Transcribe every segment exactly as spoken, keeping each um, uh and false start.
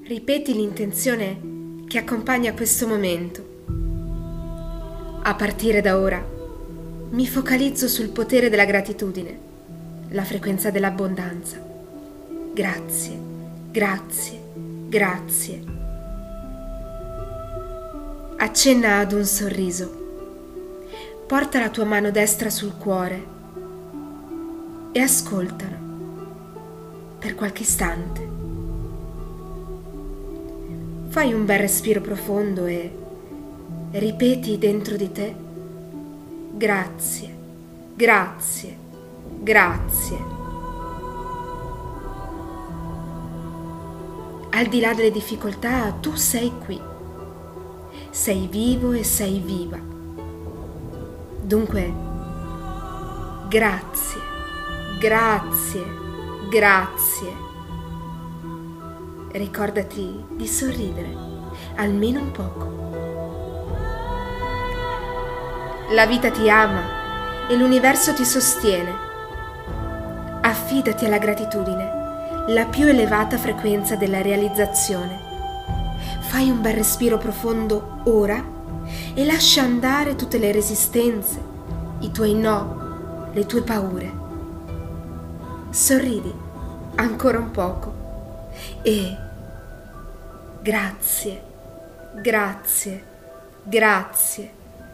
Ripeti l'intenzione che accompagna questo momento. A partire da ora mi focalizzo sul potere della gratitudine, la frequenza dell'abbondanza. Grazie, grazie, grazie. Accenna ad un sorriso. Porta la tua mano destra sul cuore e ascoltalo per qualche istante. Fai un bel respiro profondo e ripeti dentro di te: grazie, grazie, grazie. Al di là delle difficoltà, tu sei qui. Sei vivo e sei viva. Dunque, grazie, grazie, grazie. Ricordati di sorridere, almeno un poco. La vita ti ama e l'universo ti sostiene. Affidati alla gratitudine, la più elevata frequenza della realizzazione. Fai un bel respiro profondo ora e lascia andare tutte le resistenze, i tuoi no, le tue paure. Sorridi ancora un poco e grazie, grazie, grazie.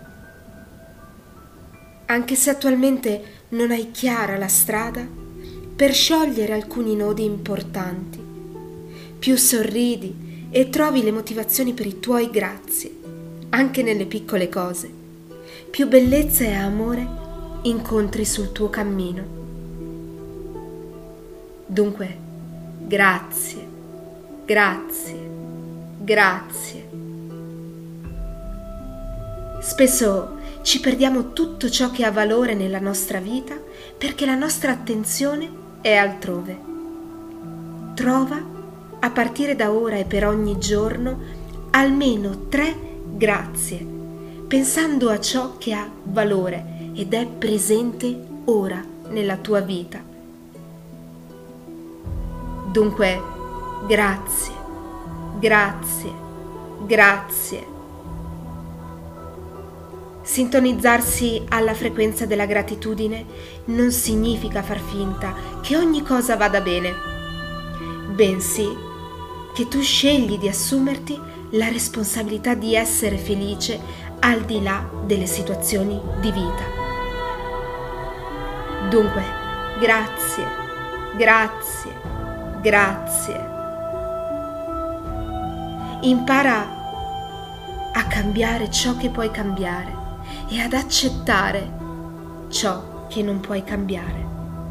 Anche se attualmente non hai chiara la strada per sciogliere alcuni nodi importanti, più sorridi e trovi le motivazioni per i tuoi grazie, anche nelle piccole cose, più bellezza e amore incontri sul tuo cammino. Dunque, grazie, grazie, grazie. Spesso ci perdiamo tutto ciò che ha valore nella nostra vita perché la nostra attenzione è altrove. Trova, a partire da ora e per ogni giorno, almeno tre grazie, pensando a ciò che ha valore ed è presente ora nella tua vita. Dunque, grazie, grazie, grazie. Sintonizzarsi alla frequenza della gratitudine non significa far finta che ogni cosa vada bene, bensì che tu scegli di assumerti la responsabilità di essere felice al di là delle situazioni di vita. Dunque, grazie, grazie, grazie. Impara a cambiare ciò che puoi cambiare e ad accettare ciò che non puoi cambiare.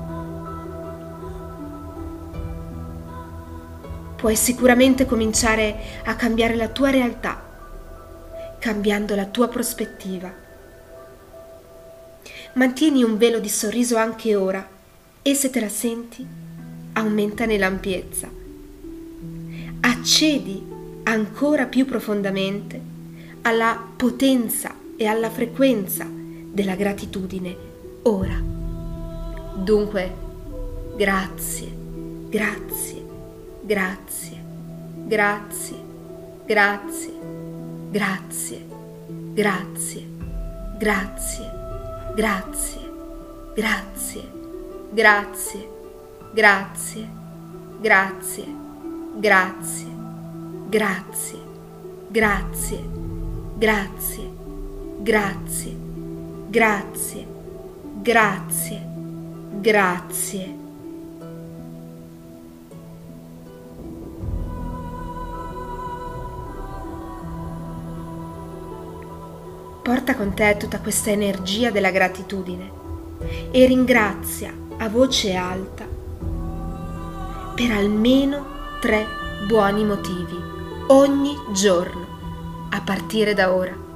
Puoi sicuramente cominciare a cambiare la tua realtà, cambiando la tua prospettiva. Mantieni un velo di sorriso anche ora e se te la senti, aumentane l'ampiezza. Accedi ancora più profondamente alla potenza e alla frequenza della gratitudine ora. Dunque, grazie, grazie. Grazie, grazie, grazie, grazie, grazie, grazie, grazie, grazie, grazie, grazie, grazie, grazie, grazie, grazie, grazie, grazie, grazie, grazie, grazie. Porta con te tutta questa energia della gratitudine e ringrazia a voce alta per almeno tre buoni motivi ogni giorno a partire da ora.